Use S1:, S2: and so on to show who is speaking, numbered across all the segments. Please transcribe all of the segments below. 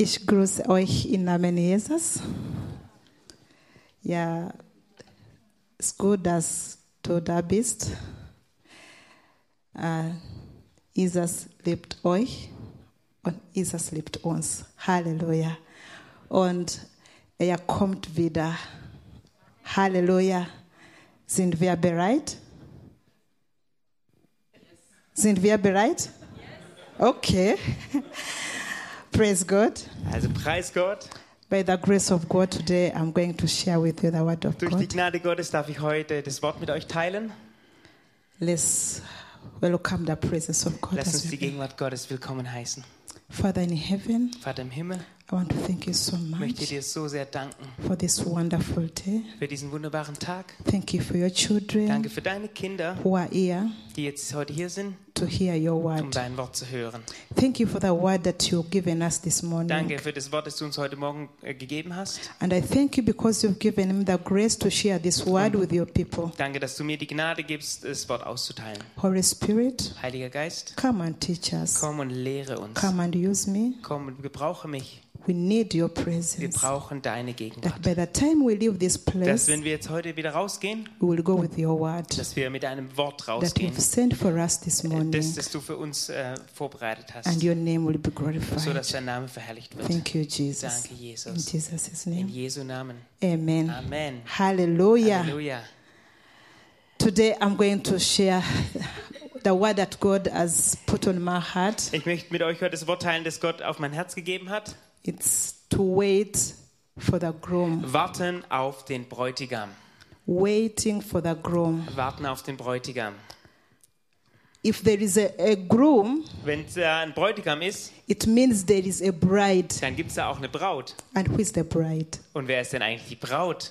S1: Ich grüße euch im Namen Jesus. Ja, es ist gut, dass du da bist. Jesus liebt euch und Jesus liebt uns. Halleluja. Und er kommt wieder. Halleluja. Sind wir bereit? Sind wir bereit? Okay. Praise God.
S2: Also preis Gott.
S1: By the grace of God today, I'm going to share with you the word of
S2: Durch die
S1: God.
S2: Gnade Gottes darf ich heute das Wort mit euch teilen.
S1: Let's welcome the presence of God.
S2: Lass
S1: as
S2: uns
S1: we
S2: die
S1: begin.
S2: Gegenwart Gottes willkommen heißen.
S1: Father in heaven,
S2: Vater im Himmel,
S1: I want to thank you so
S2: ich möchte
S1: much
S2: dir so sehr danken
S1: for this wonderful day.
S2: für diesen wunderbaren Tag.
S1: Thank you for your children
S2: Danke für deine Kinder,
S1: who are here
S2: die jetzt heute hier sind,
S1: to hear your
S2: um
S1: word.
S2: dein Wort zu hören.
S1: Thank you for the word that you've given us this morning.
S2: Danke für das Wort, das du uns heute Morgen gegeben hast.
S1: And I thank you because you've given him the grace to share this word with your people.
S2: Danke, dass du mir die Gnade gibst, das Wort auszuteilen.
S1: Holy Spirit,
S2: Heiliger Geist,
S1: come and teach us.
S2: komm und lehre uns.
S1: Come and use me.
S2: Komm und gebrauche mich.
S1: We need your
S2: Wir
S1: presence.
S2: brauchen deine
S1: That
S2: Gegenwart.
S1: by the time we leave this
S2: Dass
S1: place,
S2: wenn wir jetzt heute wieder rausgehen,
S1: we will go with your word
S2: dass wir mit einem Wort
S1: that
S2: rausgehen,
S1: you've sent for us this morning,
S2: das du für uns vorbereitet
S1: and
S2: hast,
S1: your name will be
S2: so dass
S1: glorified.
S2: dein Name verherrlicht wird.
S1: Thank you, Jesus.
S2: Danke,
S1: In
S2: Jesus.
S1: Jesus'
S2: In
S1: name.
S2: Jesu Namen.
S1: Amen.
S2: Amen.
S1: Hallelujah.
S2: Halleluja.
S1: Today I'm going to share the word that God has put on my heart.
S2: Ich möchte mit euch heute das Wort teilen, das Gott auf mein Herz gegeben hat.
S1: It's to wait for the groom.
S2: Warten auf den Bräutigam.
S1: Waiting for the groom.
S2: Warten auf den Bräutigam.
S1: If there is a groom,
S2: Wenn es ein Bräutigam ist,
S1: it means there is a bride.
S2: dann gibt es da auch eine Braut.
S1: And who is the bride?
S2: Und wer ist denn eigentlich die Braut?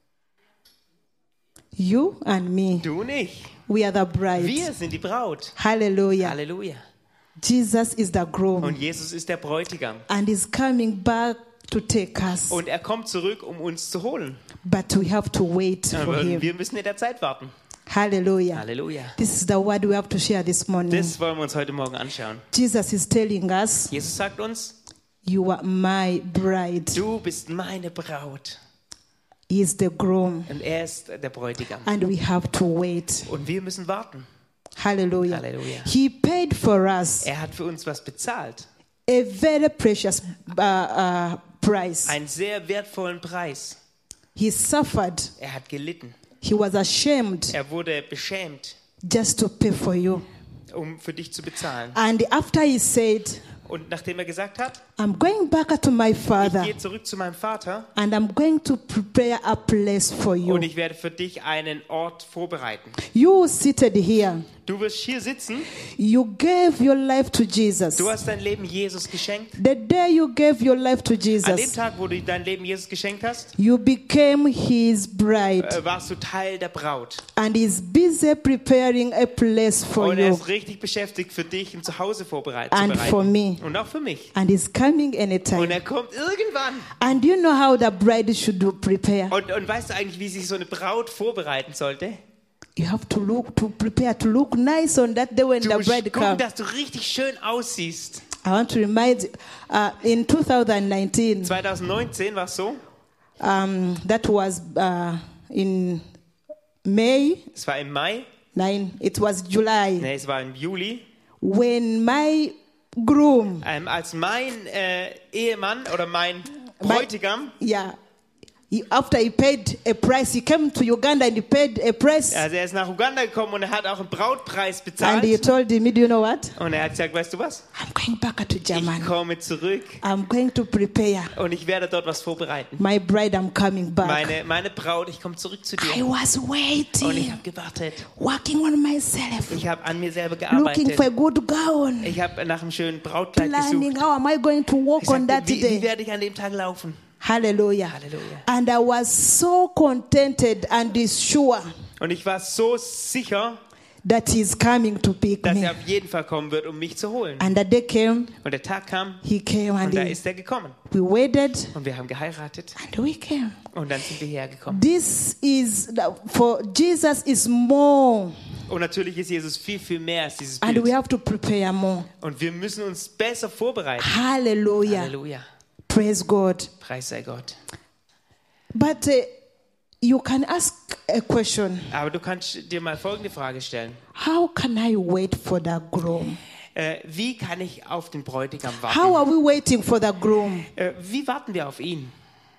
S1: You and me.
S2: Du nicht.
S1: We are the bride.
S2: Wir sind die Braut.
S1: Hallelujah.
S2: Halleluja.
S1: Jesus is the groom.
S2: Und Jesus ist der Bräutigam.
S1: And is coming back to take us.
S2: Und er kommt zurück, um uns zu holen.
S1: But we have to wait for
S2: Aber
S1: him.
S2: wir müssen in der Zeit warten.
S1: Hallelujah.
S2: Halleluja.
S1: This is the word we have to share this morning.
S2: Das wollen wir uns heute Morgen anschauen.
S1: Jesus is telling us,
S2: Jesus sagt uns,
S1: you are my bride.
S2: du bist meine Braut.
S1: He is the groom.
S2: Und er ist der Bräutigam.
S1: And we have to wait.
S2: Und wir müssen warten.
S1: Hallelujah.
S2: Hallelujah.
S1: He paid for us
S2: Er hat für uns was bezahlt.
S1: a very precious price.
S2: Einen sehr wertvollen Preis.
S1: He suffered.
S2: Er hat gelitten.
S1: He was ashamed
S2: Er wurde beschämt,
S1: just to pay for you.
S2: um für dich zu bezahlen.
S1: And after he said,
S2: Und nachdem er gesagt hat,
S1: I'm going back to my
S2: ich
S1: father
S2: gehe zurück zu meinem Vater
S1: and I'm going to prepare a place for you.
S2: und ich werde für dich einen Ort vorbereiten.
S1: You seated here,
S2: Du wirst hier sitzen.
S1: you gave your life to Jesus.
S2: Du hast dein Leben Jesus geschenkt.
S1: The day you gave your life to
S2: An dem
S1: Jesus,
S2: Tag, wo du dein Leben Jesus geschenkt hast,
S1: you became his bride
S2: warst du Teil der Braut.
S1: and is busy preparing a place for
S2: Und er
S1: you
S2: ist richtig beschäftigt, für dich ein Zuhause vorbereiten.
S1: and for me.
S2: Und auch für mich.
S1: And is coming
S2: Und
S1: anytime.
S2: er kommt irgendwann.
S1: And you know how the bride should prepare?
S2: Und weißt du eigentlich, wie sich so eine Braut vorbereiten sollte?
S1: You have to prepare to look nice on that day when
S2: Du
S1: the
S2: musst
S1: bride
S2: gucken,
S1: comes.
S2: dass du richtig schön aussiehst.
S1: I want to remind you, in 2019,
S2: 2019 war es so.
S1: that was in May,
S2: Es war im Mai.
S1: it was July,
S2: Nee, es war im Juli.
S1: when my groom,
S2: Als mein Ehemann oder mein Bräutigam,
S1: after he paid a price, he came to Uganda and he paid a price.
S2: also er ist nach Uganda gekommen und er hat auch einen Brautpreis
S1: And
S2: bezahlt.
S1: he told me, do you know what?
S2: Und er hat gesagt, weißt du was?
S1: I'm going back to Germany.
S2: Ich komme zurück
S1: I'm going to prepare.
S2: und ich werde dort was vorbereiten.
S1: My bride, I'm coming back.
S2: Meine Braut, ich komme zurück zu
S1: I
S2: dir.
S1: was
S2: Und ich
S1: waiting,
S2: habe gewartet.
S1: working on myself,
S2: Ich habe an mir selber
S1: looking for a
S2: gearbeitet.
S1: good gown,
S2: Ich habe nach einem schönen Brautkleid
S1: planning
S2: gesucht.
S1: how am I going to walk
S2: Ich
S1: on that
S2: sagte, wie
S1: day.
S2: werde ich an dem Tag laufen?
S1: Hallelujah.
S2: Halleluja.
S1: And I was so contented and sure
S2: Und ich war so sicher,
S1: that he's coming to pick
S2: dass
S1: me.
S2: er auf jeden Fall kommen wird, um mich zu holen.
S1: And the day came,
S2: Und der Tag kam
S1: he came
S2: und
S1: and
S2: da ist er gekommen.
S1: we waited
S2: Und wir haben geheiratet
S1: and we came.
S2: und dann sind wir hergekommen.
S1: This is, for Jesus is more
S2: Und natürlich ist Jesus viel, viel mehr als dieses
S1: and we
S2: Bild.
S1: have to prepare more.
S2: Und wir müssen uns besser vorbereiten.
S1: Hallelujah.
S2: Halleluja.
S1: Praise God.
S2: Preis sei Gott.
S1: But you can ask a question.
S2: Aber du kannst dir mal folgende Frage stellen.
S1: How can I wait for the groom?
S2: Wie kann ich auf den Bräutigam
S1: How
S2: warten?
S1: are we waiting for the groom?
S2: Wie warten wir auf ihn?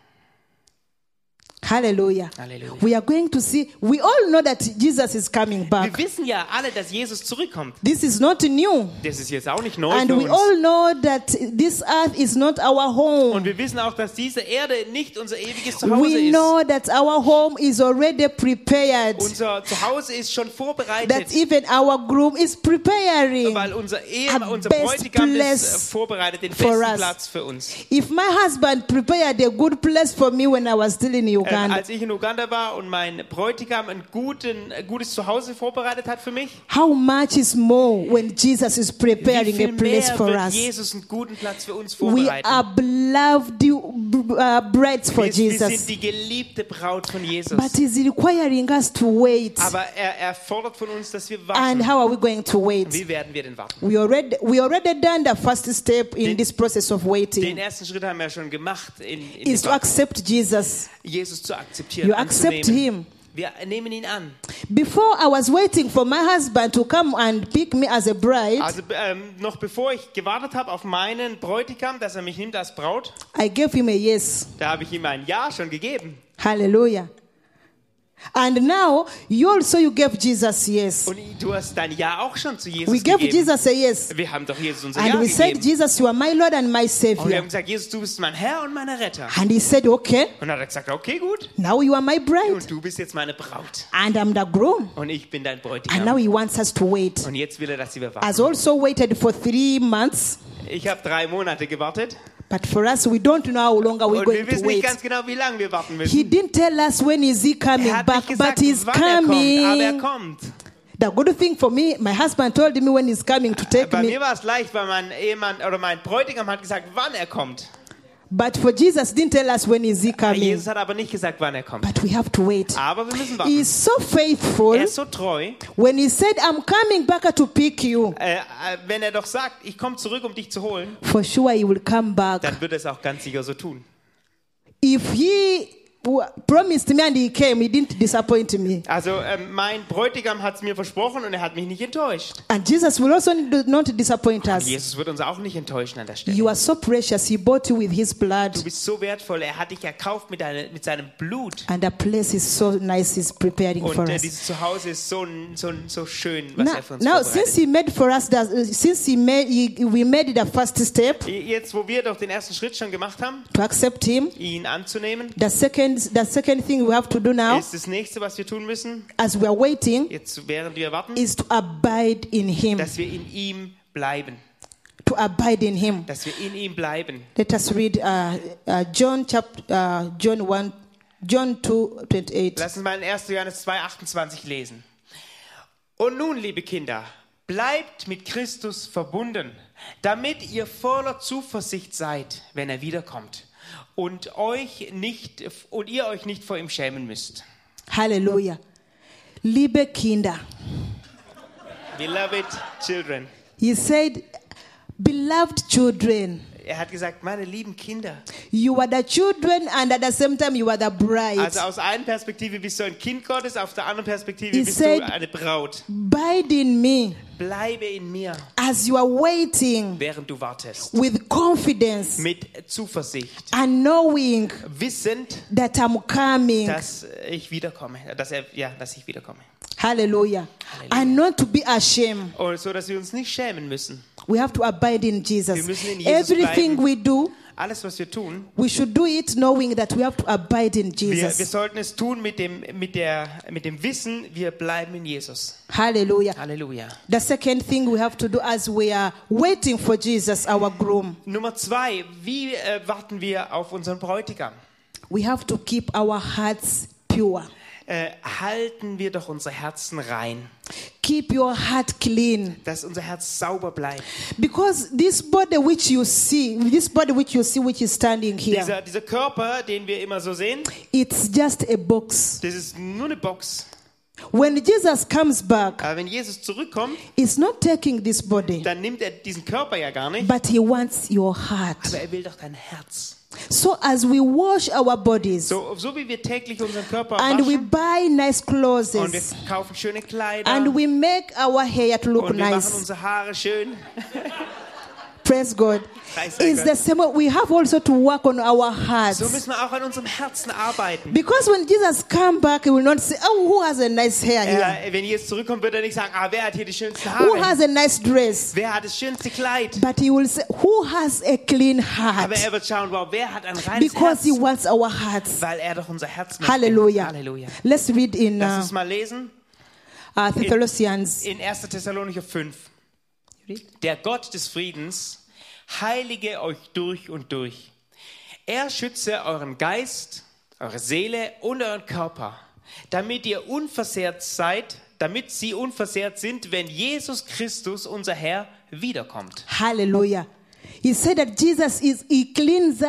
S1: Hallelujah.
S2: Halleluja.
S1: We are going to see, we all know that Jesus is coming back.
S2: Wir wissen ja alle, dass Jesus zurückkommt.
S1: This is not new.
S2: Das ist jetzt auch nicht neu
S1: And
S2: für
S1: we
S2: uns.
S1: all know that this earth is not our
S2: Und
S1: home.
S2: wir wissen auch, dass diese Erde nicht unser ewiges Zuhause
S1: We
S2: ist.
S1: know that our home is already prepared.
S2: Unser Zuhause ist schon
S1: That
S2: vorbereitet,
S1: even our groom is preparing.
S2: weil unser
S1: a
S2: unser
S1: best
S2: Bräutigam
S1: place
S2: ist vorbereitet, den
S1: for
S2: besten
S1: us.
S2: Platz für uns.
S1: If my husband prepared a good place for me when I was still in Uganda,
S2: Als ich in Uganda war und mein Bräutigam ein gutes Zuhause vorbereitet hat für mich,
S1: how much is more when Jesus is
S2: wie
S1: preparing a
S2: viel
S1: place
S2: mehr
S1: for
S2: wird
S1: us?
S2: Jesus einen guten Platz für uns
S1: We
S2: vorbereiten.
S1: are beloved brides for
S2: Wir
S1: Jesus.
S2: sind die geliebte Braut von Jesus.
S1: But he's requiring us to wait.
S2: Aber er fordert von uns, dass wir
S1: And
S2: warten.
S1: how are we going to wait?
S2: Wie werden wir denn warten?
S1: We already done the first step in this process of
S2: Den
S1: waiting.
S2: ersten Schritt haben wir schon gemacht, in
S1: Is
S2: dem
S1: to accept Jesus.
S2: Jesus zu akzeptieren,
S1: You accept
S2: anzunehmen.
S1: him.
S2: Wir nehmen ihn an.
S1: Before I was waiting for my husband to come and pick me as a bride,
S2: Also noch bevor ich gewartet habe auf meinen Bräutigam, dass er mich nimmt als Braut,
S1: I gave him a yes.
S2: da habe ich ihm ein Ja schon gegeben.
S1: Hallelujah. And now you gave Jesus yes.
S2: Und du hast dein Ja auch schon zu Jesus
S1: We gave
S2: gegeben.
S1: Jesus a yes.
S2: Wir haben doch Jesus unser
S1: And
S2: Ja
S1: we said,
S2: gegeben.
S1: Jesus, you are my Lord and my
S2: Und wir
S1: Savior.
S2: haben gesagt, Jesus, du bist mein Herr und mein Retter.
S1: And he said, okay,
S2: Und dann hat er gesagt, okay, gut.
S1: now you are my bride
S2: Und du bist jetzt meine Braut.
S1: and I'm the groom.
S2: Und ich bin dein
S1: And now
S2: Bräutigam.
S1: he wants us to wait.
S2: Und jetzt will er, dass wir
S1: Has
S2: warten.
S1: also waited for 3 months,
S2: Ich habe 3 Monate gewartet.
S1: but for us, we don't know how long are we
S2: Und
S1: going
S2: wir
S1: to
S2: wissen nicht
S1: wait.
S2: ganz genau, wie lange wir warten
S1: He
S2: müssen.
S1: didn't tell us when is he coming
S2: Er hat
S1: back,
S2: nicht
S1: but
S2: gesagt,
S1: he's
S2: wann er kommt, aber er
S1: coming.
S2: kommt.
S1: The good thing for me, my husband told me when he's coming to take
S2: Bei
S1: me.
S2: mir war es leicht, weil mein Ehemann oder mein Bräutigam hat gesagt, wann er kommt.
S1: But for Jesus, didn't tell us when is he coming.
S2: Jesus hat aber nicht gesagt, wann er kommt.
S1: But we have to wait.
S2: Aber wir müssen
S1: He
S2: warten.
S1: is so faithful.
S2: Er ist so treu.
S1: When he said, I'm coming back to pick you,
S2: Wenn er doch sagt, ich komme zurück, um dich zu holen,
S1: for sure he will come back.
S2: dann wird er es auch ganz sicher so tun.
S1: If he promised me and he came, he didn't disappoint me.
S2: Also mein Bräutigam hat es mir versprochen und er hat mich nicht enttäuscht.
S1: And Jesus will also not disappoint us.
S2: Jesus wird uns auch nicht enttäuschen an der Stelle.
S1: You are so precious. He bought you with his blood.
S2: Du bist so wertvoll. Er hat dich erkauft mit seinem Blut.
S1: And the place is so nice. He's preparing for
S2: Und
S1: us.
S2: dieses Zuhause ist so schön, was er für uns
S1: Now, since
S2: vorbereitet.
S1: he made for us, we made the first step
S2: Jetzt, wo wir doch den ersten Schritt schon gemacht haben,
S1: to accept him.
S2: ihn anzunehmen,
S1: The second thing we have to do now,
S2: ist das nächste, was wir tun müssen,
S1: as we are waiting,
S2: jetzt während wir warten,
S1: is to abide in him.
S2: dass wir in ihm bleiben.
S1: To abide in him.
S2: Dass wir in ihm bleiben.
S1: Let us read John 2:28.
S2: Lass uns mal in 1. Johannes 2,28 lesen. Und nun, liebe Kinder, bleibt mit Christus verbunden, damit ihr voller Zuversicht seid, wenn er wiederkommt und ihr euch nicht vor ihm schämen müsst.
S1: Hallelujah. Liebe Kinder.
S2: Beloved children.
S1: He said, beloved children.
S2: Er hat gesagt, meine lieben Kinder.
S1: You are the children and at the same time you are the bride.
S2: Also aus einer Perspektive bist du ein Kind Gottes, auf der anderen Perspektive
S1: He
S2: bist
S1: said,
S2: du eine Braut.
S1: Abide in me
S2: Bleibe in mir,
S1: as you are waiting
S2: während du wartest.
S1: with confidence
S2: Mit Zuversicht.
S1: and knowing
S2: Wissend,
S1: that I'm coming.
S2: dass ich wiederkomme. Dass ich wiederkomme.
S1: Hallelujah. And not to be ashamed.
S2: Und so, dass wir uns nicht schämen müssen.
S1: We have to abide in Jesus.
S2: Wir müssen in Jesus
S1: Everything
S2: bleiben.
S1: we do,
S2: Alles, was wir tun,
S1: we should do it knowing that we have to abide in
S2: wir
S1: Jesus.
S2: sollten es tun mit dem Wissen, wir bleiben in Jesus.
S1: Hallelujah.
S2: Halleluja.
S1: The second thing we have to do as we are waiting for Jesus, our groom,
S2: Nummer 2, wie warten wir auf unseren Bräutigam?
S1: we have to keep our hearts pure.
S2: Halten wir doch unsere Herzen rein,
S1: Keep your heart clean.
S2: dass unser Herz sauber bleibt.
S1: Because this body which you see, which is standing here,
S2: Dieser Körper, den wir immer so sehen,
S1: it's just a box.
S2: das ist nur eine Box.
S1: When Jesus comes back,
S2: Aber wenn Jesus zurückkommt,
S1: he's not taking this body,
S2: dann nimmt er diesen Körper ja gar nicht,
S1: but he wants your heart.
S2: aber er will doch dein Herz.
S1: So as we wash our bodies
S2: So wie wir täglich unseren Körper
S1: and we
S2: waschen
S1: buy nice
S2: und wir
S1: clothes
S2: kaufen schöne Kleider
S1: and we make our hair to look
S2: und wir machen
S1: nice.
S2: unsere Haare schön.
S1: Praise God.
S2: Preis sei
S1: It's
S2: Gott.
S1: the same way we have also to work on our hearts.
S2: So müssen wir auch an unserem Herzen arbeiten.
S1: Because when Jesus come back, he will not say, oh, who has a nice hair here?
S2: Wenn Jesus zurückkommt, wird er nicht sagen, wer hat hier die schönsten
S1: Who
S2: Haare?
S1: has a nice dress?
S2: Wer hat das schönste Kleid?
S1: But he will say, who has a clean heart?
S2: Aber er wird schauen, wow, wer hat ein reines
S1: Because he
S2: Herz?
S1: wants our hearts.
S2: Weil er doch unser Herz möchte.
S1: Hallelujah.
S2: Halleluja.
S1: Let's read in
S2: Lass uns mal lesen.
S1: Thessalonians.
S2: In 1. Thessalonicher 5. Der Gott des Friedens heilige euch durch und durch. Er schütze euren Geist, eure Seele und euren Körper, damit ihr unversehrt seid, damit sie unversehrt sind, wenn Jesus Christus, unser Herr, wiederkommt.
S1: Hallelujah. He said that he cleans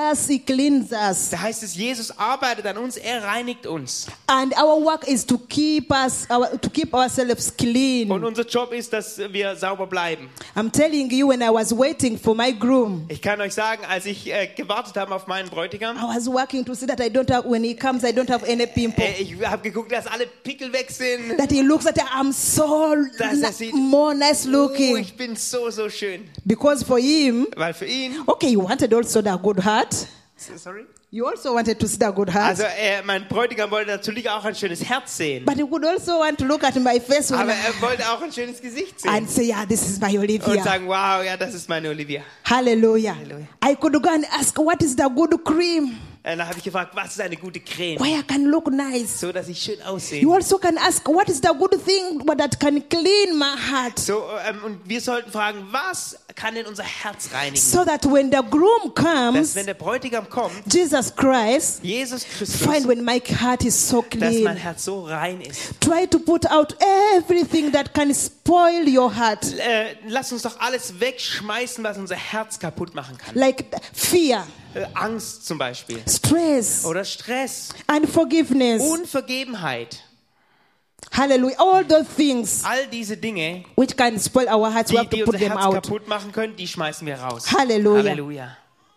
S1: us.
S2: Da heißt es, Jesus arbeitet an uns, er reinigt uns.
S1: And our work is to keep ourselves clean.
S2: Und unser Job ist, dass wir sauber bleiben.
S1: I'm telling you, when I was waiting for my groom,
S2: Ich kann euch sagen, als ich gewartet habe auf meinen Bräutigam,
S1: I was working to see that when he comes, I don't have any pimple.
S2: ich habe geguckt, dass alle Pickel weg sind.
S1: That he looks at I'm so
S2: Dass er sieht,
S1: more nice
S2: Oh,
S1: looking.
S2: ich bin so schön.
S1: Because for him,
S2: Weil für ihn,
S1: okay, you wanted also the good heart.
S2: sorry?
S1: You also wanted to see the good heart.
S2: Also mein Bräutigam wollte natürlich auch ein schönes Herz sehen.
S1: But he would also want to look at my face when
S2: Aber er wollte auch ein schönes Gesicht sehen.
S1: and say, yeah, this is my
S2: Und
S1: Olivia.
S2: sagen, wow, ja, das ist meine Olivia.
S1: Hallelujah.
S2: Hallelujah.
S1: I could go and ask, what is the good cream?
S2: Da habe ich gefragt, was ist eine gute Creme?
S1: Why I can look nice.
S2: So, dass ich schön aussehe.
S1: You also can ask, what is the good thing that can clean my heart?
S2: So, und wir sollten fragen, was kann denn unser Herz reinigen?
S1: So that when the groom
S2: Dass
S1: comes,
S2: wenn der Bräutigam kommt,
S1: Jesus Christ,
S2: Jesus Christus,
S1: find when my heart is so
S2: dass mein
S1: clean.
S2: Herz so rein ist.
S1: Try to put out everything that can spoil your heart.
S2: Lass uns doch alles wegschmeißen, was unser Herz kaputt machen kann.
S1: Like fear,
S2: Angst zum Beispiel.
S1: stress,
S2: Oder Stress.
S1: unforgiveness.
S2: Unvergebenheit.
S1: Hallelujah. All those things
S2: All diese Dinge,
S1: which can spoil our hearts, we have
S2: die
S1: to put
S2: unser
S1: them
S2: Herz
S1: out.
S2: kaputt machen können, die schmeißen wir raus.
S1: Halleluja.
S2: Halleluja.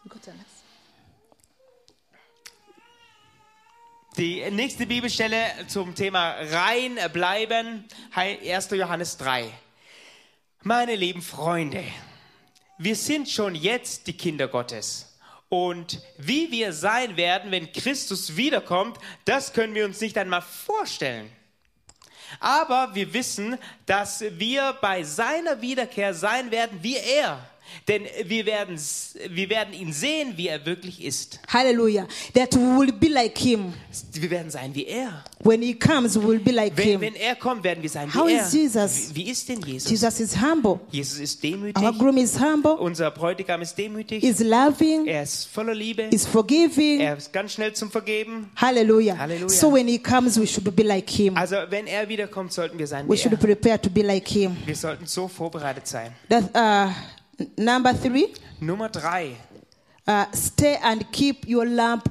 S2: Die nächste Bibelstelle zum Thema rein bleiben, 1. Johannes 3. Meine lieben Freunde, wir sind schon jetzt die Kinder Gottes. Und wie wir sein werden, wenn Christus wiederkommt, das können wir uns nicht einmal vorstellen. Aber wir wissen, dass wir bei seiner Wiederkehr sein werden wie er. Denn wir werden ihn sehen, wie er wirklich ist.
S1: Hallelujah. That we will be like him.
S2: Wir werden sein wie er.
S1: When he comes, we will be like him.
S2: Wenn er kommt, werden wir sein
S1: How
S2: wie
S1: is
S2: er.
S1: Jesus?
S2: Wie ist denn Jesus?
S1: Jesus is humble.
S2: Jesus ist demütig.
S1: Our groom is humble,
S2: Unser Bräutigam ist demütig.
S1: is loving,
S2: Er ist voller Liebe.
S1: is forgiving.
S2: Er ist ganz schnell zum Vergeben.
S1: Hallelujah.
S2: Hallelujah.
S1: So when he comes, we should be like him.
S2: Also wenn er wiederkommt, sollten wir sein
S1: We
S2: wie
S1: should
S2: er.
S1: prepare to be like him.
S2: Wir sollten so vorbereitet sein.
S1: That, number 3,
S2: Nummer 3.
S1: stay and keep your lamp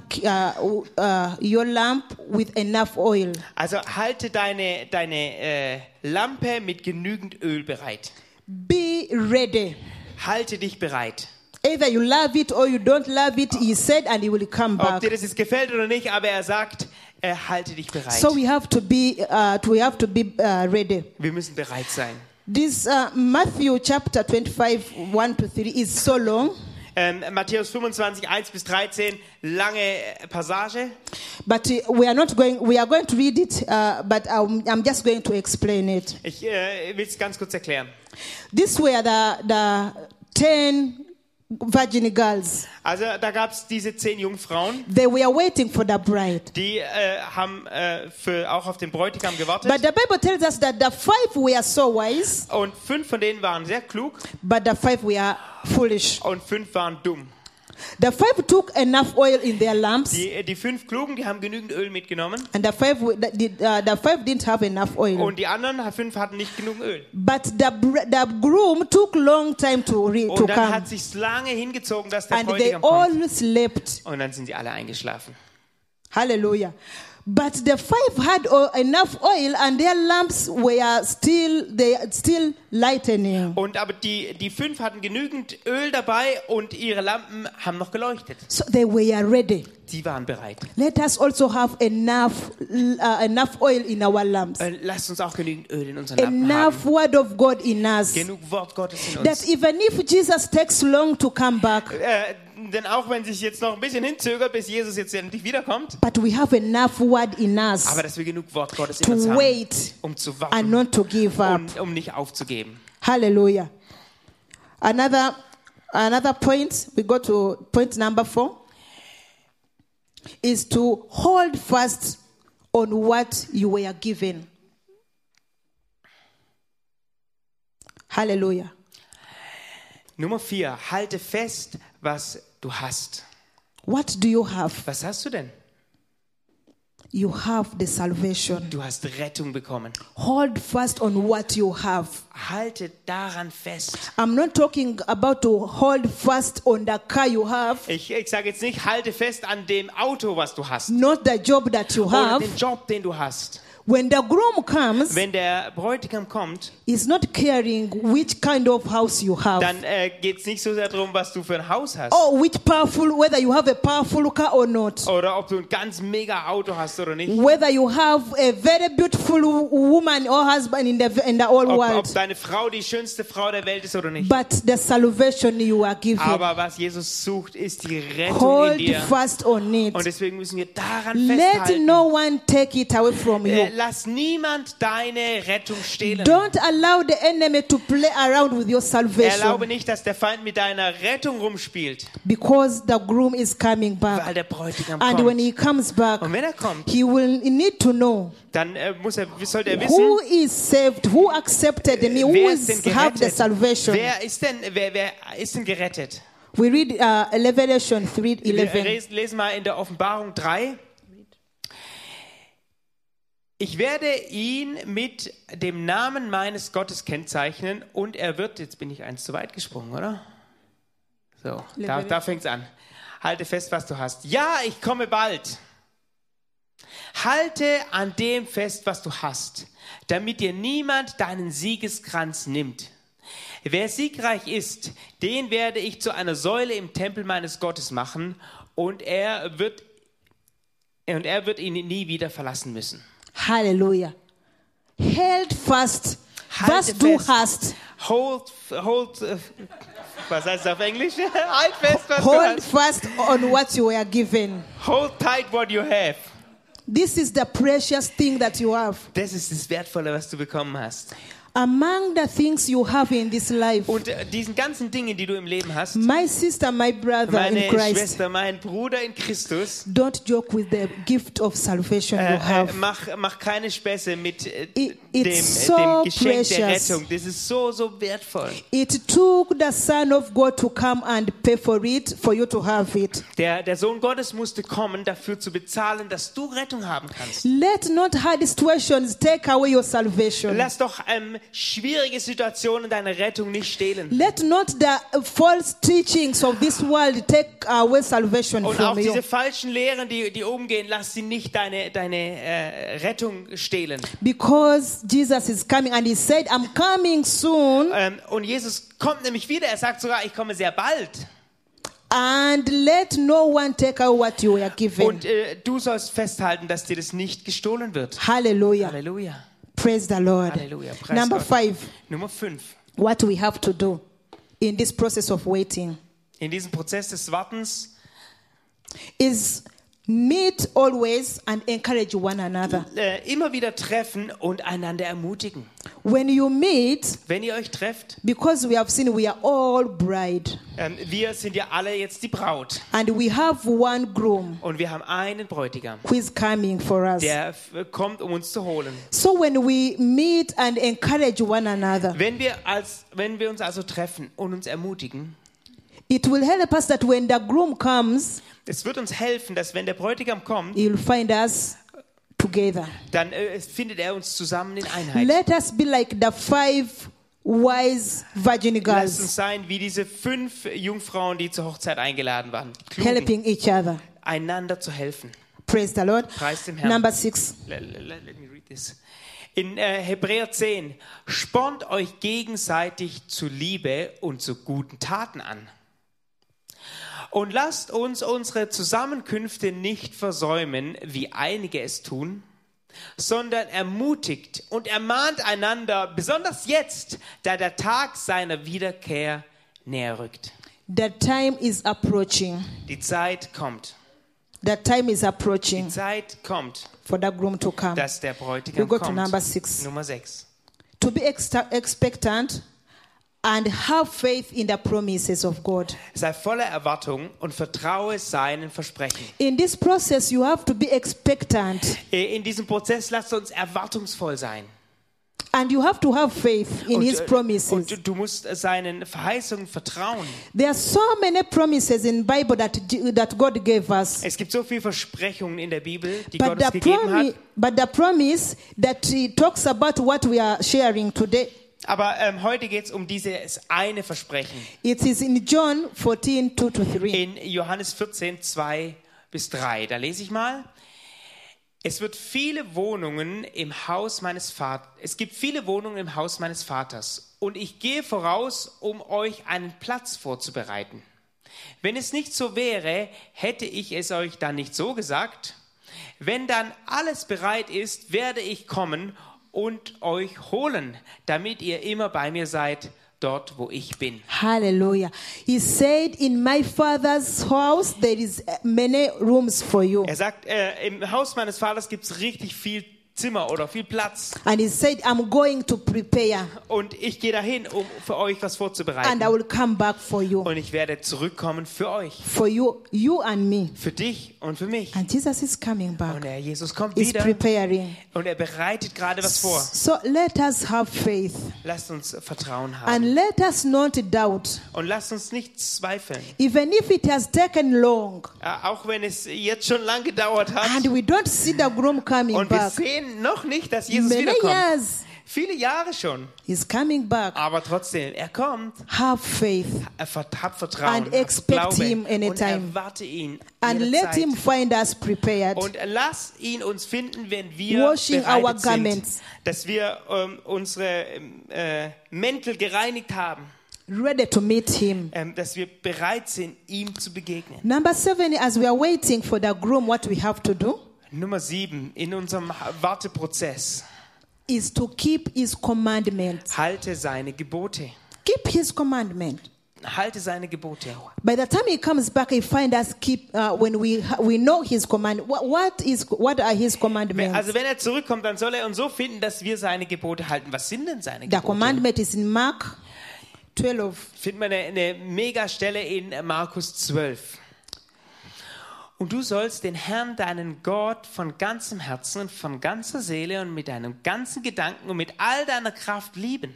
S1: with enough oil.
S2: Also halte deine Lampe mit genügend Öl bereit.
S1: Be ready.
S2: Halte dich bereit.
S1: Either you love it or you don't love it, he said, and he will come
S2: Ob
S1: back.
S2: dir das jetzt gefällt oder nicht, aber er sagt, halte dich bereit.
S1: So we have to be ready.
S2: Wir müssen bereit sein.
S1: This Matthew chapter 25, 1-3 is so long,
S2: Matthäus 25, 1-13, lange Passage.
S1: but we are going to read it, but I'm just going to explain it.
S2: Ich will es ganz kurz erklären.
S1: These were the 10 virgin girls.
S2: Also da gab es diese 10 Jungfrauen,
S1: They were waiting for the bride.
S2: die haben auch auf den Bräutigam gewartet.
S1: But the Bible tells us that the 5 were so wise,
S2: Und 5 von denen waren sehr klug
S1: but the 5 were foolish.
S2: und 5 waren dumm.
S1: The 5 took enough oil in their lamps,
S2: Die 5 Klugen, die haben genügend Öl mitgenommen.
S1: and the 5 didn't have enough oil.
S2: Und die anderen 5 hatten nicht genug Öl.
S1: But the groom took long time to
S2: Und dann
S1: come,
S2: hat es sich lange hingezogen, dass der
S1: and they
S2: Bräutigam kommt.
S1: all slept.
S2: Und dann sind sie alle eingeschlafen.
S1: Hallelujah. But the five had enough oil and their lamps were still lightening.
S2: Und aber die 5 hatten genügend Öl dabei und ihre Lampen haben noch geleuchtet.
S1: So they were ready.
S2: Sie waren bereit.
S1: Let us also have enough oil in our lamps.
S2: Lasst uns auch genügend Öl in unseren Lampen
S1: Enough
S2: haben.
S1: word of God in us.
S2: Genug Wort Gottes in
S1: That
S2: uns.
S1: even if Jesus takes long to come back,
S2: Denn auch wenn sich jetzt noch ein bisschen hinzögert, bis Jesus jetzt endlich wiederkommt,
S1: but we have enough word in us
S2: aber dass wir genug Wort Gottes in uns
S1: to
S2: haben,
S1: wait
S2: um zu
S1: and
S2: warten
S1: not to give up.
S2: und um nicht aufzugeben.
S1: Hallelujah. Another point, we go to point number 4, is to hold fast on what you were given. Hallelujah.
S2: Nummer 4, halte fest, was du hast.
S1: What do you have?
S2: Was hast du denn?
S1: You have the salvation.
S2: Du hast Rettung bekommen.
S1: Hold fast on what you have.
S2: Halte daran fest.
S1: I'm not talking about to hold fast on the car you have,
S2: Ich sage jetzt nicht, halte fest an dem Auto, was du hast.
S1: not the job that you
S2: Oder
S1: have.
S2: den Job, den du hast.
S1: When the groom comes,
S2: Wenn der Bräutigam kommt,
S1: he's not caring which kind of house you have.
S2: dann geht es nicht so sehr darum, was du für ein Haus hast.
S1: Or whether you have a powerful car or not.
S2: Oder ob du ein ganz mega Auto hast oder nicht.
S1: Whether you have a very beautiful woman or husband in the whole
S2: Ob
S1: world.
S2: deine Frau die schönste Frau der Welt ist oder nicht.
S1: But the salvation you are given.
S2: Aber was Jesus sucht, ist die Rettung in
S1: Hold
S2: dir.
S1: fast on it.
S2: Und deswegen müssen wir daran
S1: Let
S2: festhalten.
S1: no one take it away from you.
S2: Lass niemand deine Rettung stehlen.
S1: Don't allow the enemy to play around with your
S2: Erlaube
S1: salvation,
S2: nicht, dass der Feind mit deiner Rettung rumspielt,
S1: because the groom is coming
S2: weil
S1: back.
S2: der Bräutigam
S1: And when
S2: kommt.
S1: he comes back,
S2: Und wenn er kommt,
S1: he will need to know
S2: dann sollte er
S1: who
S2: wissen,
S1: is saved, who accepted me, who
S2: wer ist denn
S1: have the
S2: gerettet?
S1: salvation.
S2: Wer ist denn gerettet?
S1: We read Revelation 3:11.
S2: Wir lesen mal in der Offenbarung 3. Ich werde ihn mit dem Namen meines Gottes kennzeichnen und er wird, jetzt bin ich eins zu weit gesprungen, oder? So, da fängt's an. Halte fest, was du hast. Ja, ich komme bald. Halte an dem fest, was du hast, damit dir niemand deinen Siegeskranz nimmt. Wer siegreich ist, den werde ich zu einer Säule im Tempel meines Gottes machen und er wird ihn nie wieder verlassen müssen.
S1: Hallelujah. Held fast,
S2: Halte
S1: was du
S2: fest.
S1: hast.
S2: Was heißt es auf Englisch? Halt fest, was du
S1: Hold
S2: hast.
S1: fast on what you were given.
S2: Hold tight what you have.
S1: This is the precious thing that you have.
S2: Das ist das Wertvolle, was du bekommen hast.
S1: Among the things you have in this life,
S2: Und diesen ganzen Dingen, die du im Leben hast,
S1: my sister, my brother
S2: meine
S1: in Christ,
S2: Schwester, mein Bruder in Christus,
S1: don't joke with the gift of salvation you have.
S2: mach keine Späße mit
S1: It's
S2: dem
S1: so
S2: Geschenk der
S1: precious.
S2: Rettung. Das ist so, so wertvoll.
S1: It took the Son of God to come and pay for it, for you to have it.
S2: Der Sohn Gottes musste kommen, dafür zu bezahlen, dass du Rettung haben kannst.
S1: Let not hard situations take away your salvation.
S2: Lass doch schwierige Situationen deine Rettung nicht stehlen.
S1: Let not the false teachings of this world take away salvation
S2: Und auch
S1: from you.
S2: diese falschen Lehren, die umgehen, lass sie nicht deine Rettung stehlen.
S1: Because Jesus is coming and he said, I'm coming soon.
S2: Und Jesus kommt nämlich wieder. Er sagt sogar, ich komme sehr bald.
S1: And let no one take away what you were given.
S2: Und du sollst festhalten, dass dir das nicht gestohlen wird.
S1: Hallelujah.
S2: Halleluja.
S1: Praise the Lord.
S2: Halleluja. Preis
S1: Number
S2: Gott.
S1: 5,
S2: Nummer 5.
S1: what we have to do in this process of waiting
S2: In diesem Prozess des Wartens
S1: is meet always and encourage one another.
S2: immer wieder treffen und einander ermutigen.
S1: When you meet,
S2: Wenn ihr euch trefft,
S1: because we have seen we are all bride
S2: wir sind ja alle jetzt die Braut
S1: and we have one groom
S2: und wir haben einen Bräutigam,
S1: who is coming for us.
S2: der kommt, um uns zu holen.
S1: So when we meet and encourage one another,
S2: Wenn wir uns also treffen und uns ermutigen,
S1: it will help us that when the groom comes,
S2: es wird uns helfen, dass wenn der Bräutigam kommt,
S1: he will find us together.
S2: dann findet er uns zusammen in Einheit.
S1: Let us be like the 5 wise virgin
S2: Lasst
S1: girls,
S2: uns sein wie diese 5 Jungfrauen, die zur Hochzeit eingeladen waren. Klugen,
S1: helping each other.
S2: einander zu helfen.
S1: Praise the Lord.
S2: Preis dem Herrn.
S1: Number 6.
S2: Let me read this. In Hebräer 10, spornt euch gegenseitig zu Liebe und zu guten Taten an. Und lasst uns unsere Zusammenkünfte nicht versäumen, wie einige es tun, sondern ermutigt und ermahnt einander, besonders jetzt, da der Tag seiner Wiederkehr näher rückt.
S1: The time is approaching.
S2: Die Zeit kommt.
S1: The time is approaching
S2: Die Zeit kommt,
S1: for the groom to come.
S2: dass der
S1: We
S2: Bräutigam
S1: go to
S2: kommt.
S1: number 6.
S2: Nummer 6.
S1: To be expectant and have faith in the promises of God.
S2: Sei voller Erwartung und vertraue seinen Versprechen.
S1: In this process, you have to be expectant
S2: In diesem Prozess lasst uns erwartungsvoll sein.
S1: and you have to have faith in His promises.
S2: Und du musst seinen Verheißungen vertrauen.
S1: There are so many promises in the Bible that God gave us.
S2: Es gibt so viele Versprechungen in der Bibel, die
S1: But
S2: Gott uns
S1: the,
S2: gegeben hat.
S1: but the promise that He talks about what we are sharing today,
S2: Aber heute geht es um dieses eine Versprechen.
S1: it is in John 14, 2-3.
S2: In Johannes 14, 2 bis 3. Da lese ich mal. Es gibt viele Wohnungen im Haus meines Vaters. Und ich gehe voraus, um euch einen Platz vorzubereiten. Wenn es nicht so wäre, hätte ich es euch dann nicht so gesagt. Wenn dann alles bereit ist, werde ich kommen und euch holen, damit ihr immer bei mir seid, dort wo ich bin.
S1: Hallelujah. He said, in my Father's house there is many rooms for you.
S2: Er sagt, im Haus meines Vaters gibt es richtig viel Zimmer oder viel Platz.
S1: And he said, I'm going to prepare
S2: Und ich gehe dahin, um für euch was
S1: and
S2: vorzubereiten.
S1: I will come back for you.
S2: Und ich werde zurückkommen für euch.
S1: For you and me.
S2: Für dich und für mich.
S1: And Jesus is coming
S2: Und
S1: back.
S2: der Jesus kommt
S1: He's
S2: wieder
S1: preparing.
S2: und er bereitet gerade was vor.
S1: So let us have faith
S2: Lasst uns Vertrauen
S1: and
S2: haben.
S1: let us not doubt.
S2: Und lasst uns nicht zweifeln.
S1: Even if it has taken long
S2: Auch wenn es jetzt schon lang gedauert hat.
S1: and we don't see the groom coming
S2: Und wir
S1: back.
S2: sehen noch nicht, dass Jesus
S1: Many
S2: wiederkommt.
S1: years
S2: Viele Jahre schon.
S1: he's coming back.
S2: Aber trotzdem, er kommt.
S1: Have faith
S2: Hab Vertrauen,
S1: And
S2: hab
S1: expect
S2: Glaube
S1: him
S2: und
S1: anytime.
S2: erwarte ihn
S1: and let
S2: jederzeit.
S1: him find us prepared.
S2: Und lass ihn uns finden, wenn wir
S1: Washing our
S2: bereitet sind,
S1: garments.
S2: dass wir unsere Mäntel gereinigt haben,
S1: Ready to meet him.
S2: dass wir bereit sind, ihm zu begegnen.
S1: Number 7, as we are waiting for the groom, what we have to do
S2: Nummer 7, in unserem Warteprozess,
S1: is to keep his commandments.
S2: halte seine Gebote.
S1: Keep his commandment.
S2: Halte seine Gebote.
S1: By the time he comes back, he find us keep when we know his command. What are his commandments?
S2: Also wenn er zurückkommt, dann soll er uns so finden, dass wir seine Gebote halten. Was sind denn seine
S1: The
S2: Gebote?
S1: commandment is in Mark 12.
S2: Finden wir eine Megastelle in Markus 12. Und du sollst den Herrn, deinen Gott, von ganzem Herzen und von ganzer Seele und mit deinem ganzen Gedanken und mit all deiner Kraft lieben.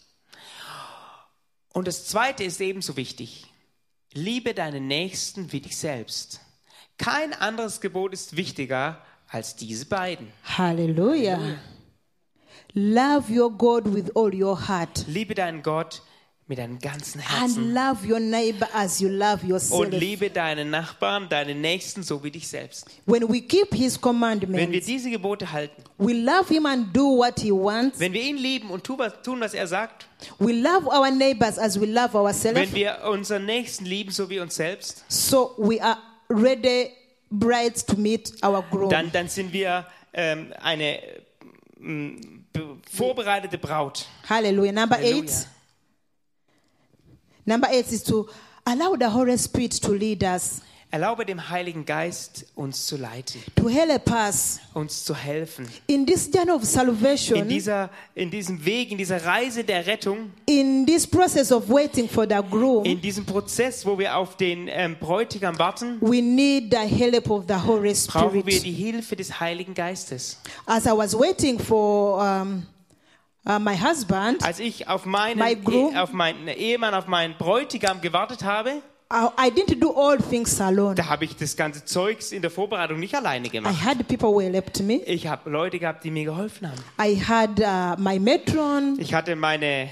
S2: Und das Zweite ist ebenso wichtig. Liebe deinen Nächsten wie dich selbst. Kein anderes Gebot ist wichtiger als diese beiden.
S1: Hallelujah. Love your God with all your heart.
S2: Liebe deinen Gott mit deinem ganzen
S1: And
S2: Herzen.
S1: love your neighbor as you love
S2: Und
S1: yourself.
S2: liebe deinen Nachbarn, deinen Nächsten so wie dich selbst.
S1: When we keep his
S2: Wenn wir
S1: commandments,
S2: diese Gebote halten,
S1: we love him and do what he wants.
S2: wenn wir ihn lieben und tun, was er sagt,
S1: We love our neighbors as we love ourselves.
S2: wenn wir unseren Nächsten lieben so wie uns selbst,
S1: So we are ready brides to meet our groom.
S2: dann sind wir eine vorbereitete Braut.
S1: Hallelujah. Number
S2: Halleluja.
S1: 8. Number 8 is to allow the Holy Spirit to lead us,
S2: Erlaube dem Heiligen Geist, uns zu leiten,
S1: to help us
S2: uns zu helfen.
S1: in this journey of salvation,
S2: In diesem Weg, in dieser Reise der Rettung,
S1: in this process of waiting for the groom.
S2: in diesem Prozess, wo wir auf den Bräutigam warten,
S1: We need the help of the Holy
S2: brauchen wir
S1: Spirit.
S2: die Hilfe des Heiligen Geistes.
S1: As I was waiting for my husband,
S2: Als ich auf
S1: My
S2: meinen
S1: groom.
S2: Ehemann, auf meinen Bräutigam gewartet habe,
S1: I didn't do all things alone.
S2: da habe ich das ganze Zeugs in der Vorbereitung nicht alleine
S1: I
S2: gemacht.
S1: had people who helped me.
S2: Ich habe Leute gehabt, die mir geholfen haben.
S1: I had my matron.
S2: Ich hatte meine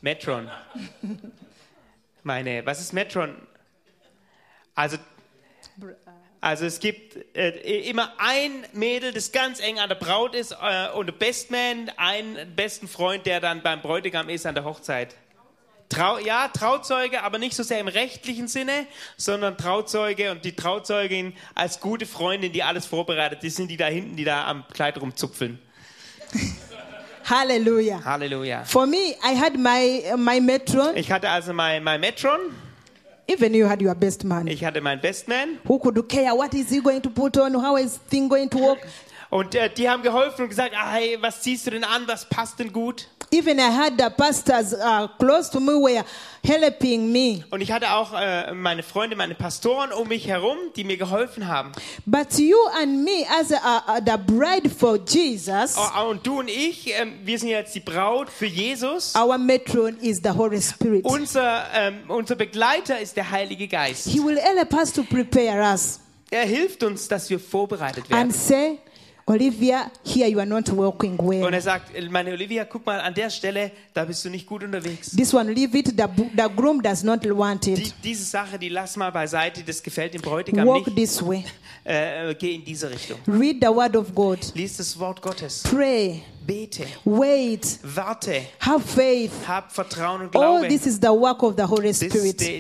S2: Metron. Was ist Metron? Also Also es gibt immer ein Mädel, das ganz eng an der Braut ist und der Bestman, einen besten Freund, der dann beim Bräutigam ist an der Hochzeit. Trauzeuge, aber nicht so sehr im rechtlichen Sinne, sondern Trauzeuge und die Trauzeugin als gute Freundin, die alles vorbereitet. Die sind die da hinten, die da am Kleid rumzupfeln.
S1: Hallelujah.
S2: Halleluja.
S1: For me, I had my matron.
S2: Ich hatte also mein Matron,
S1: Even you had your best man.
S2: ich hatte meinen Bestman
S1: Who could care what is he going to put on? How is thing going to work?
S2: und die haben geholfen und gesagt, hey, was ziehst du denn an, was passt denn gut?
S1: Even I had the pastors close to me were helping me.
S2: Und ich hatte auch meine Freunde, meine Pastoren um mich herum, die mir geholfen haben.
S1: But you and me, as the bride for Jesus,
S2: Und du und ich, wir sind jetzt die Braut für Jesus.
S1: our matron is the Holy Spirit.
S2: Unser Begleiter ist der Heilige Geist.
S1: He will help us to prepare us
S2: Er hilft uns, dass wir vorbereitet
S1: and
S2: werden.
S1: say, Olivia, here you are not working
S2: Und
S1: well.
S2: er sagt, meine Olivia, guck mal, an der Stelle, da bist du nicht gut unterwegs.
S1: This one, leave it. The groom does not want it.
S2: Diese Sache, die lass mal beiseite, das gefällt dem Bräutigam
S1: Walk
S2: nicht.
S1: this way.
S2: Geh in diese Richtung.
S1: Read the word of God.
S2: Lies das Wort Gottes.
S1: Pray.
S2: Bete.
S1: Wait.
S2: Warte.
S1: Have faith.
S2: Hab Vertrauen und
S1: All
S2: Glaube.
S1: this is the work of the Holy
S2: Das ist
S1: Spirit.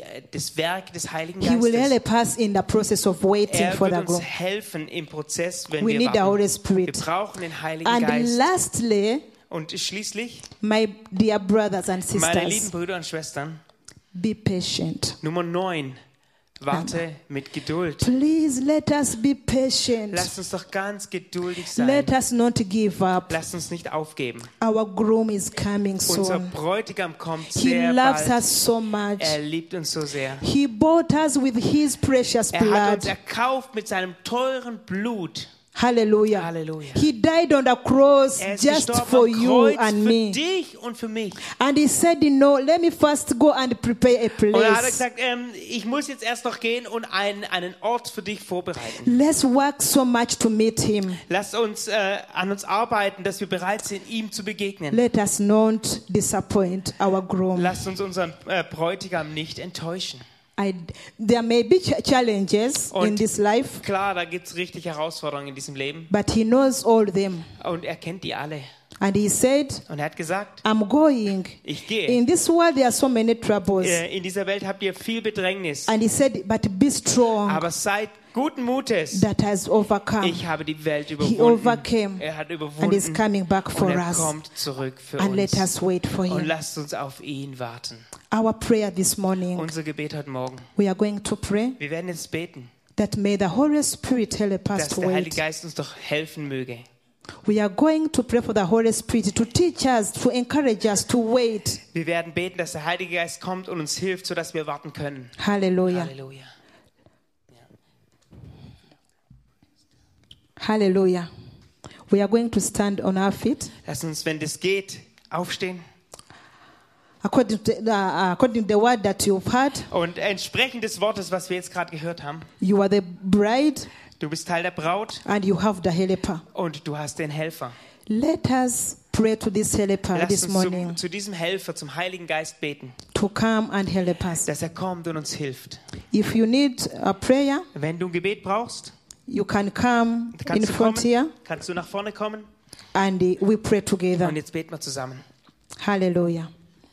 S2: das Werk des Heiligen
S1: He will
S2: Geistes.
S1: help us in the process of waiting
S2: Er
S1: for
S2: wird
S1: the
S2: uns
S1: groom.
S2: helfen im Prozess, wenn
S1: We
S2: wir
S1: need the
S2: warten.
S1: Holy Spirit.
S2: Wir brauchen den Heiligen
S1: And
S2: Geist.
S1: lastly,
S2: Und schließlich,
S1: my dear brothers and
S2: meine lieben
S1: sisters,
S2: Brüder und Schwestern,
S1: be patient.
S2: Nummer 9. Warte mit Geduld.
S1: Please let us be patient.
S2: Lasst uns doch ganz geduldig
S1: Let
S2: sein.
S1: us not give up.
S2: Lasst uns nicht aufgeben.
S1: Our groom is coming
S2: Unser
S1: soon.
S2: Bräutigam kommt
S1: He
S2: sehr
S1: loves
S2: bald.
S1: us so much.
S2: Er liebt uns so sehr.
S1: He bought us with his precious
S2: Er hat uns
S1: blood.
S2: erkauft mit seinem teuren Blut.
S1: Hallelujah.
S2: Halleluja.
S1: He died on the cross
S2: Er ist
S1: just
S2: gestorben
S1: for
S2: am
S1: you
S2: Kreuz
S1: and
S2: für
S1: me.
S2: dich und für mich.
S1: And he said, no, let me first go and prepare a
S2: Und er hat
S1: place.
S2: gesagt, ich muss jetzt erst noch gehen und einen Ort für dich vorbereiten.
S1: Let's work so much to meet him.
S2: Lass uns an uns arbeiten, dass wir bereit sind, ihm zu begegnen.
S1: Let us not disappoint our groom.
S2: Lasst uns unseren Bräutigam nicht enttäuschen.
S1: There may be challenges in
S2: Und
S1: this life,
S2: klar, da gibt es richtig Herausforderungen in diesem Leben.
S1: but he knows all them.
S2: Und er kennt die alle.
S1: And he said,
S2: Und er hat gesagt,
S1: I'm going.
S2: ich gehe.
S1: In this world there are so many troubles.
S2: In dieser Welt habt ihr viel Bedrängnis.
S1: And he said, but be strong.
S2: Aber seid guten Mutes.
S1: That has overcome.
S2: Ich habe die Welt
S1: He
S2: überwunden.
S1: overcame
S2: Er hat
S1: and is
S2: überwunden.
S1: coming back for
S2: Und er
S1: us.
S2: kommt zurück für
S1: And let
S2: uns.
S1: us wait for
S2: Und
S1: him.
S2: lasst uns auf ihn warten.
S1: Our prayer this morning,
S2: Unser Gebet heute Morgen.
S1: we are going to pray
S2: Wir werden jetzt beten,
S1: that may the Holy Spirit help us
S2: dass
S1: to
S2: der Heilige
S1: wait.
S2: Geist uns doch helfen möge.
S1: We are going to pray for the Holy Spirit to teach us, to encourage us to wait.
S2: Wir werden beten, dass der Heilige Geist kommt und uns hilft, sodass wir warten können.
S1: Hallelujah.
S2: Halleluja.
S1: Hallelujah. We are going to stand on our feet.
S2: Lass uns, wenn das geht, aufstehen.
S1: According to the word that you've heard,
S2: Und entsprechend des Wortes, was wir jetzt gerade gehört haben,
S1: you are the bride
S2: du bist Teil der Braut
S1: and you have the helper.
S2: und du hast den Helfer.
S1: Let us pray to this helper
S2: Lass
S1: this
S2: uns
S1: morning
S2: zu diesem Helfer, zum Heiligen Geist beten,
S1: to come and help us.
S2: dass er kommt und uns hilft.
S1: If you need a prayer,
S2: Wenn du ein Gebet brauchst,
S1: you can come in
S2: kannst du
S1: front here
S2: kommen, kannst du nach vorne kommen
S1: and we pray together.
S2: und jetzt beten wir zusammen.
S1: Hallelujah.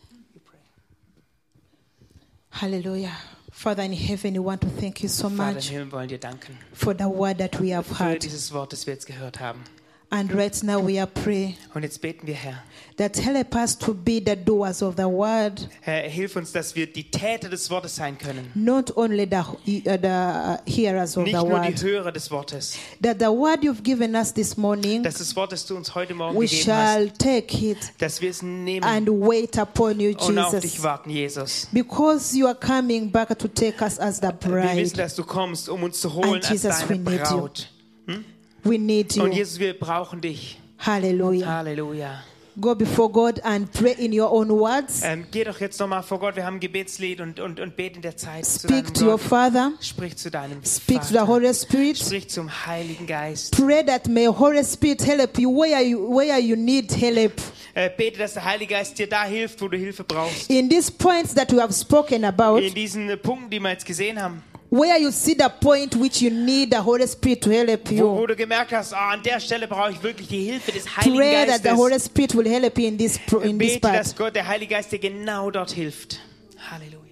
S1: Hallelujah. Father in heaven, we want to thank you so
S2: Vater im
S1: much
S2: Himmel, wollen dir danken
S1: for the word that we have
S2: für
S1: heard.
S2: dieses Wort, das wir jetzt gehört haben.
S1: And right now we are praying
S2: Und jetzt beten wir, Herr.
S1: that help us to be the doers of the word,
S2: Herr, hilf uns, dass wir die Täter des Wortes sein können.
S1: not only the hearers of
S2: Nicht
S1: the
S2: nur die
S1: word.
S2: Hörer des Wortes.
S1: That the word you've given us this morning,
S2: Dass das Wort, das du uns heute Morgen
S1: we
S2: gegeben hast,
S1: shall take it
S2: dass wir es nehmen
S1: and wait upon you,
S2: und auf dich
S1: Jesus.
S2: warten, Jesus.
S1: Because you are coming back to take us as the
S2: Wir wissen,
S1: bride.
S2: dass du kommst, um uns zu holen
S1: And
S2: als
S1: Jesus, we
S2: deine
S1: need you.
S2: Braut.
S1: We need
S2: Und
S1: you.
S2: Jesus, wir brauchen dich.
S1: Hallelujah.
S2: Halleluja.
S1: Go before God and pray in your own words.
S2: Geh doch jetzt nochmal vor Gott. Wir haben ein Gebetslied und bete in der Zeit zu
S1: Speak
S2: deinem
S1: to your
S2: Gott.
S1: Father.
S2: Sprich zu deinem
S1: Speak to the
S2: Vater.
S1: Holy Spirit.
S2: Sprich zum Heiligen Geist.
S1: Pray that may Holy Spirit help you where you need help.
S2: Bete, dass der Heilige Geist dir da hilft, wo du Hilfe brauchst.
S1: In these points that we have spoken about,
S2: In diesen Punkten, die wir jetzt gesehen haben,
S1: where you see the point which you need the Holy Spirit to help
S2: Wo
S1: you.
S2: du gemerkt hast, an der Stelle brauche ich wirklich die Hilfe des Heiligen
S1: Pray that the Holy
S2: Geistes.
S1: Spirit will help you in this
S2: Bete,
S1: part.
S2: dass Gott, der Heilige Geist, dir genau dort hilft. Halleluja.